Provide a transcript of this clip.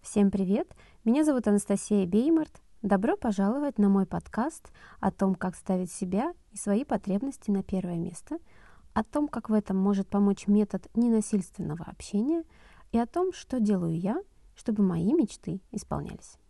Всем привет! Меня зовут Анастасия Беймарт. Добро пожаловать на мой подкаст о том, как ставить себя и свои потребности на первое место, о том, как в этом может помочь метод ненасильственного общения и о том, что делаю я, чтобы мои мечты исполнялись.